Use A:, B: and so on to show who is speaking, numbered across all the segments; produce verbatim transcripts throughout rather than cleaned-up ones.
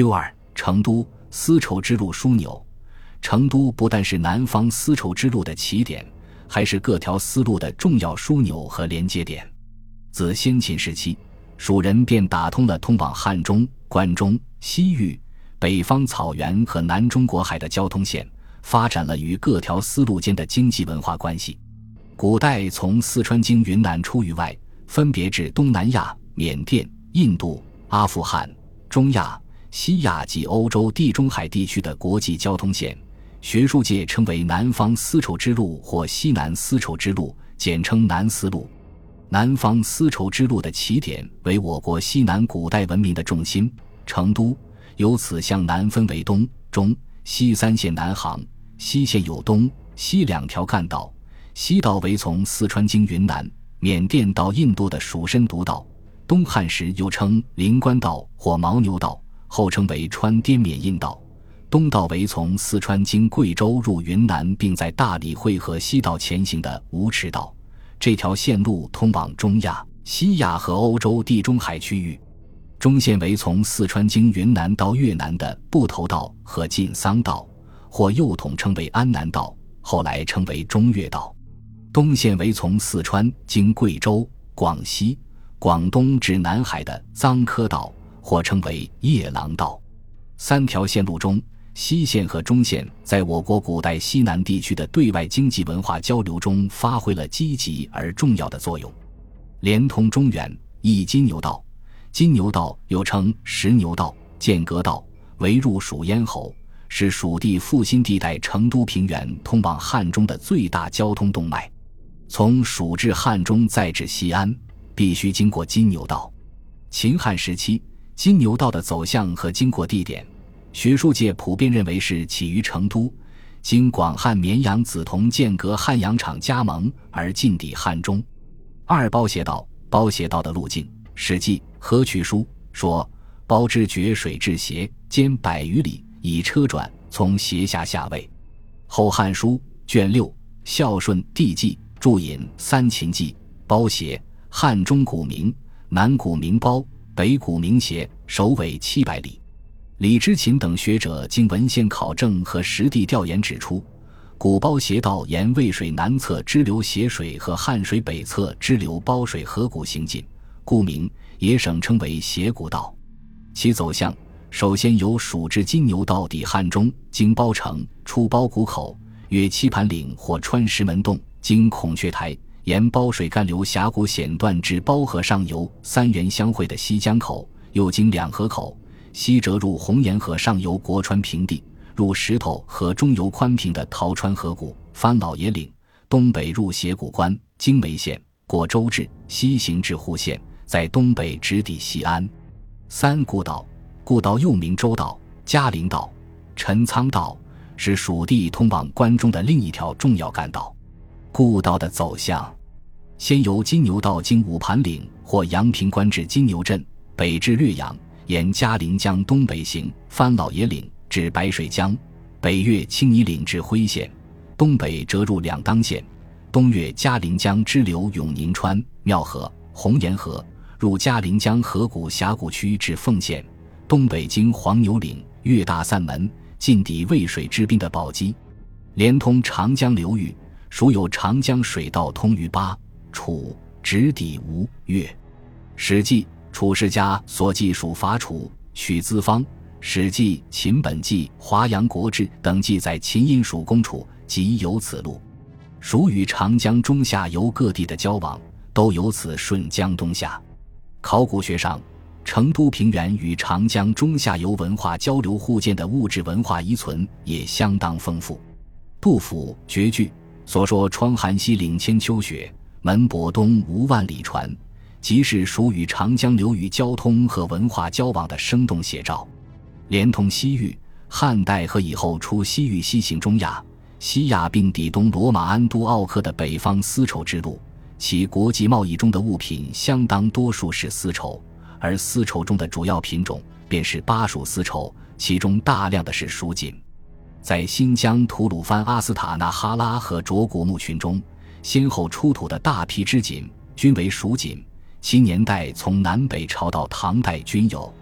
A: 六二成都丝绸之路枢纽。成都不但是南方丝绸之路的起点，还是各条丝路的重要枢纽和连接点。自先秦时期，蜀人便打通了通往汉中、关中、西域、北方草原和南中国海的交通线，发展了与各条丝路间的经济文化关系。古代从四川经云南出域外，分别至东南亚、缅甸、印度、阿富汗、中亚、西亚及欧洲地中海地区的国际交通线，学术界称为南方丝绸之路或西南丝绸之路，简称南丝路。南方丝绸之路的起点为我国西南古代文明的重心成都，由此向南分为东、中、西三线南航。西线有东、西两条干道，西道为从四川经云南、缅甸到印度的蜀深独道，东汉时又称灵官道或牦牛道，后称为川滇缅印道。东道为从四川经贵州入云南并在大理汇合西道前行的无耻道，这条线路通往中亚、西亚和欧洲地中海区域。中线为从四川经云南到越南的布头道和晋桑道，或又统称为安南道，后来称为中越道。东线为从四川经贵州、广西、广东至南海的臧科道，或称为夜郎道。三条线路中，西线和中线在我国古代西南地区的对外经济文化交流中发挥了积极而重要的作用，连通中原，一金牛道。金牛道又称石牛道、剑阁道，为入蜀咽喉，是蜀地复兴地带成都平原通往汉中的最大交通动脉。从蜀至汉中再至西安，必须经过金牛道。秦汉时期，金牛道的走向和经过地点，学术界普遍认为是起于成都，经广汉绵阳梓潼剑阁汉阳场加盟而进抵汉中。二包斜道，包斜道的路径，史记河渠书说，包之决水至斜，间百余里，以车转，从斜下下位。后汉书卷六孝顺帝纪注引三秦记，包斜，汉中古名，南古名包，北古名斜，首尾七百里。李之勤等学者经文献考证和实地调研指出，古包斜道沿渭水南侧支流斜水和汉水北侧支流包水河谷行进，故名，也省称为斜谷道。其走向首先由蜀至金牛道抵汉中，经包城，出包谷口，越七盘岭或穿石门洞，经孔雀台，沿包水干流峡谷险段至包河上游三原相会的西江口，又经两河口，西折入红岩河上游国川平地，入石头和中游宽平的陶川河谷，翻老爷岭，东北入斜谷关，经眉县，过周至，西行至户县，在东北直抵西安。三故道，故道又名周道、嘉陵道、陈仓道，是蜀地通往关中的另一条重要干道。故道的走向，先由金牛道经五盘岭或阳平关至金牛镇，北至略阳，沿嘉陵江东北行，翻老爷岭至白水江，北越青泥岭至辉县，东北折入两当县，东越嘉陵江支流永宁川、庙河、红岩河，入嘉陵江河谷峡谷区至凤县，东北经黄牛岭、越大散门，进抵渭水之滨的宝鸡，连通长江流域，属有长江水道通于巴、楚，直抵吴、越。史记楚世家所记属伐楚、取资方，史记秦本纪、华阳国志等记载秦因蜀攻楚，即由此路。蜀与长江中下游各地的交往，都由此顺江东下。考古学上，成都平原与长江中下游文化交流互鉴的物质文化遗存也相当丰富。杜甫绝句所说窗含西岭千秋雪，门泊东吴万里船，即是蜀与长江流域交通和文化交往的生动写照。连通西域，汉代和以后出西域西行中亚、西亚并抵东罗马安都奥克的北方丝绸之路，其国际贸易中的物品相当多数是丝绸，而丝绸中的主要品种便是巴蜀丝绸，其中大量的是蜀锦。在新疆吐鲁番阿斯塔纳哈拉和卓古墓群中，先后出土的大批织锦均为蜀锦，其年代从南北朝到唐代均有，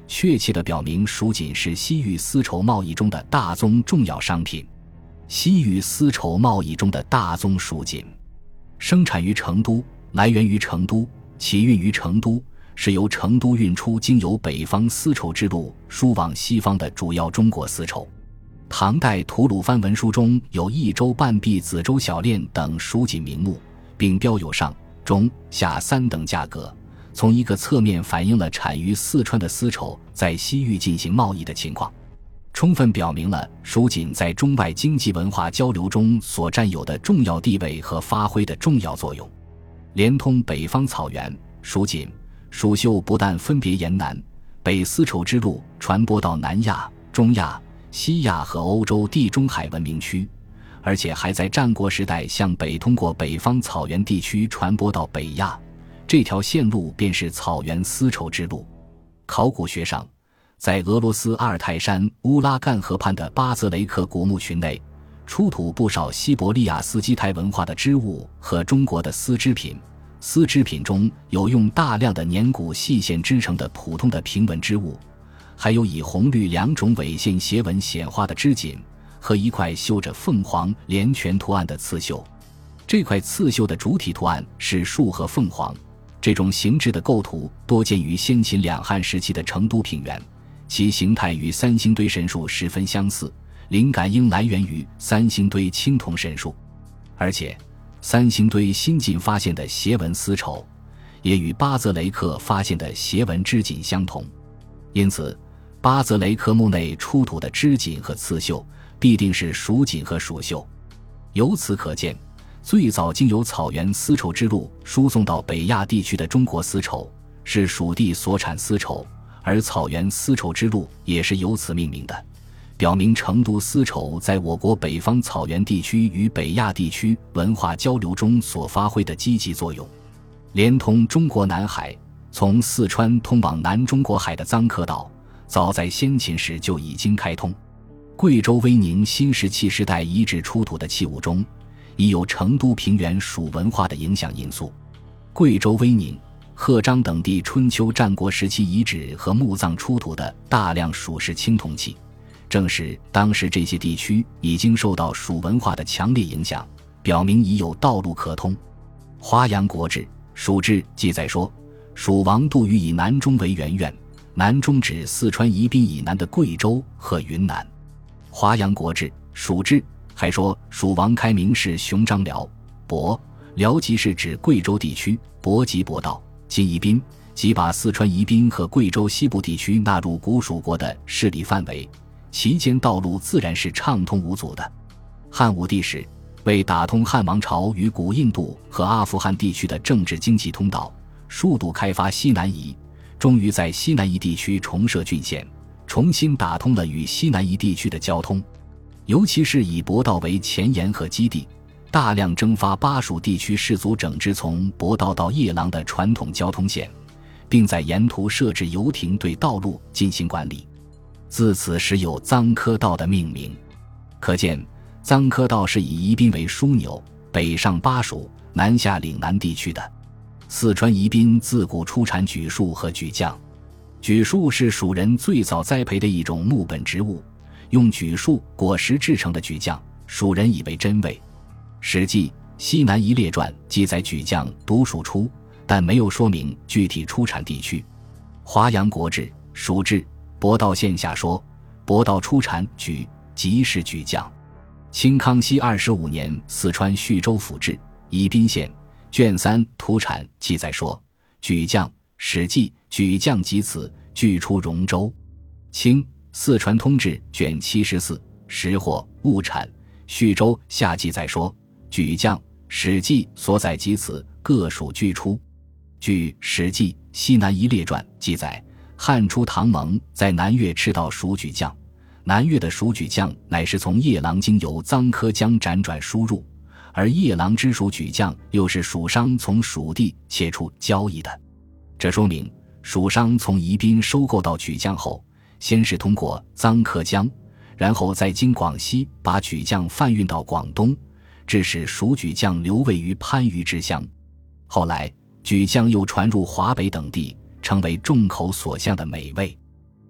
A: 确切地表明蜀锦是西域丝绸贸易中的大宗重要商品。西域丝绸贸易中的大宗蜀锦，生产于成都，来源于成都，起运于成都，是由成都运出经由北方丝绸之路输往西方的主要中国丝绸。唐代吐鲁番文书中有益州、半壁、梓州小链等蜀锦名目，并标有上、中、下三等价格，从一个侧面反映了产于四川的丝绸在西域进行贸易的情况，充分表明了蜀锦在中外经济文化交流中所占有的重要地位和发挥的重要作用。连通北方草原，蜀锦、蜀绣不但分别沿南北丝绸之路传播到南亚、中亚、西亚和欧洲地中海文明区，而且还在战国时代向北通过北方草原地区传播到北亚，这条线路便是草原丝绸之路。考古学上，在俄罗斯阿尔泰山乌拉干河畔的巴泽雷克古墓群内，出土不少西伯利亚斯基泰文化的织物和中国的丝织品。丝织品中有用大量的粘骨细线织成的普通的平纹织物，还有以红绿两种纬线斜纹显化的织锦和一块绣着凤凰连泉图案的刺绣。这块刺绣的主体图案是树和凤凰，这种形制的构图多见于先秦两汉时期的成都平原，其形态与三星堆神树十分相似，灵感应来源于三星堆青铜神树。而且三星堆新近发现的斜纹丝绸也与巴泽雷克发现的斜纹织锦相同，因此巴泽雷克墓内出土的织锦和刺绣必定是蜀锦和蜀绣。由此可见，最早经由草原丝绸之路输送到北亚地区的中国丝绸是蜀地所产丝绸，而草原丝绸之路也是由此命名的，表明成都丝绸在我国北方草原地区与北亚地区文化交流中所发挥的积极作用。连通中国南海，从四川通往南中国海的臧科道，早在先秦时就已经开通。贵州威宁新石器时代遗址出土的器物中，已有成都平原蜀文化的影响因素。贵州威宁、贺章等地春秋战国时期遗址和墓葬出土的大量蜀式青铜器，正是当时这些地区已经受到蜀文化的强烈影响，表明已有道路可通。华阳国志·蜀志记载说，蜀王杜预以南中为原苑，南中指四川宜宾以南的贵州和云南。华阳国志·蜀志还说，蜀王开明是雄张辽、亳，辽即是指贵州地区，亳即亳道，今宜宾，即把四川宜宾和贵州西部地区纳入古蜀国的势力范围，其间道路自然是畅通无阻的。汉武帝时，为打通汉王朝与古印度和阿富汗地区的政治经济通道，数度开发西南夷，终于在西南夷地区重设郡县，重新打通了与西南夷地区的交通。尤其是以亳道为前沿和基地，大量征发巴蜀地区士族整治从亳道到夜郎的传统交通线，并在沿途设置游艇对道路进行管理，自此时有臧科道的命名。可见臧科道是以宜宾为枢纽，北上巴蜀，南下岭南地区的。四川宜宾自古出产榉树和榉浆，榉树是蜀人最早栽培的一种木本植物，用榉树果实制成的榉浆，蜀人以为珍味。史记《西南夷列传》记载榉浆独蜀出，但没有说明具体出产地区。华阳国志·蜀志亳道县下说，亳道出产榉，即是榉浆。清康熙二十五年四川叙州府志宜宾县卷三土产记载说，榉浆，史记榉浆即此，俱出荣州。清四川通志卷七十四识货物产叙州下记载说，榉浆，史记所载即此，各属俱出。据史记《西南夷列传》记载，汉初唐蒙在南越吃到蜀榉浆，南越的蜀榉浆乃是从夜郎经由臧科江辗转输入，而夜郎之蜀榉浆又是蜀商从蜀地切出交易的。这说明蜀商从宜宾收购到榉浆后，先是通过臧科江，然后再经广西把榉浆贩运到广东，致使蜀榉浆留位于番禺之乡。后来榉浆又传入华北等地，成为众口所向的美味。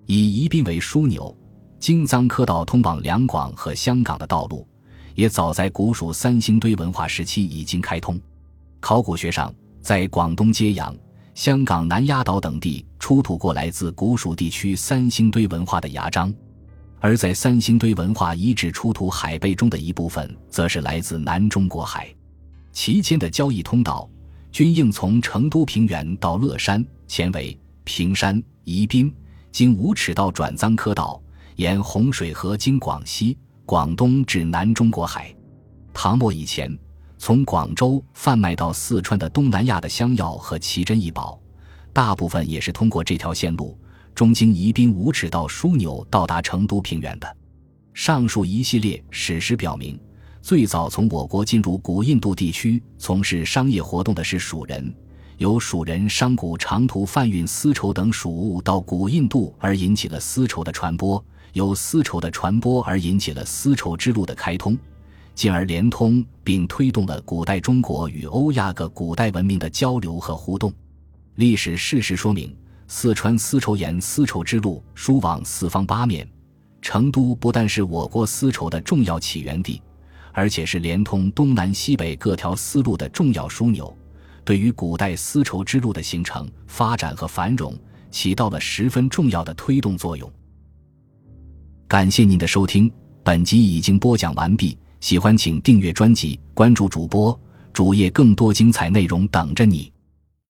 A: 以宜宾为枢纽，京藏科道通往两广和香港的道路，也早在古蜀三星堆文化时期已经开通。考古学上，在广东揭阳、香港南丫岛等地出土过来自古蜀地区三星堆文化的牙章，而在三星堆文化遗址出土海贝中的一部分则是来自南中国海，其间的交易通道均应从成都平原到乐山、前围、平山、宜宾，经五尺道转藏科道，沿洪水河经广西、广东至南中国海。唐末以前，从广州贩卖到四川的东南亚的香药和奇珍异宝，大部分也是通过这条线路，中经宜宾五尺道枢纽到达成都平原的。上述一系列史实表明，最早从我国进入古印度地区从事商业活动的是蜀人，由蜀人商贾长途贩运丝绸等蜀物到古印度而引起了丝绸的传播，由丝绸的传播而引起了丝绸之路的开通，进而连通并推动了古代中国与欧亚各古代文明的交流和互动。历史事实说明，四川丝绸沿丝绸之路输往四方八面，成都不但是我国丝绸的重要起源地，而且是连通东南西北各条丝路的重要枢纽，对于古代丝绸之路的形成、发展和繁荣起到了十分重要的推动作用。感谢您的收听，本集已经播讲完毕，喜欢请订阅专辑，关注主播，主页更多精彩内容等着你。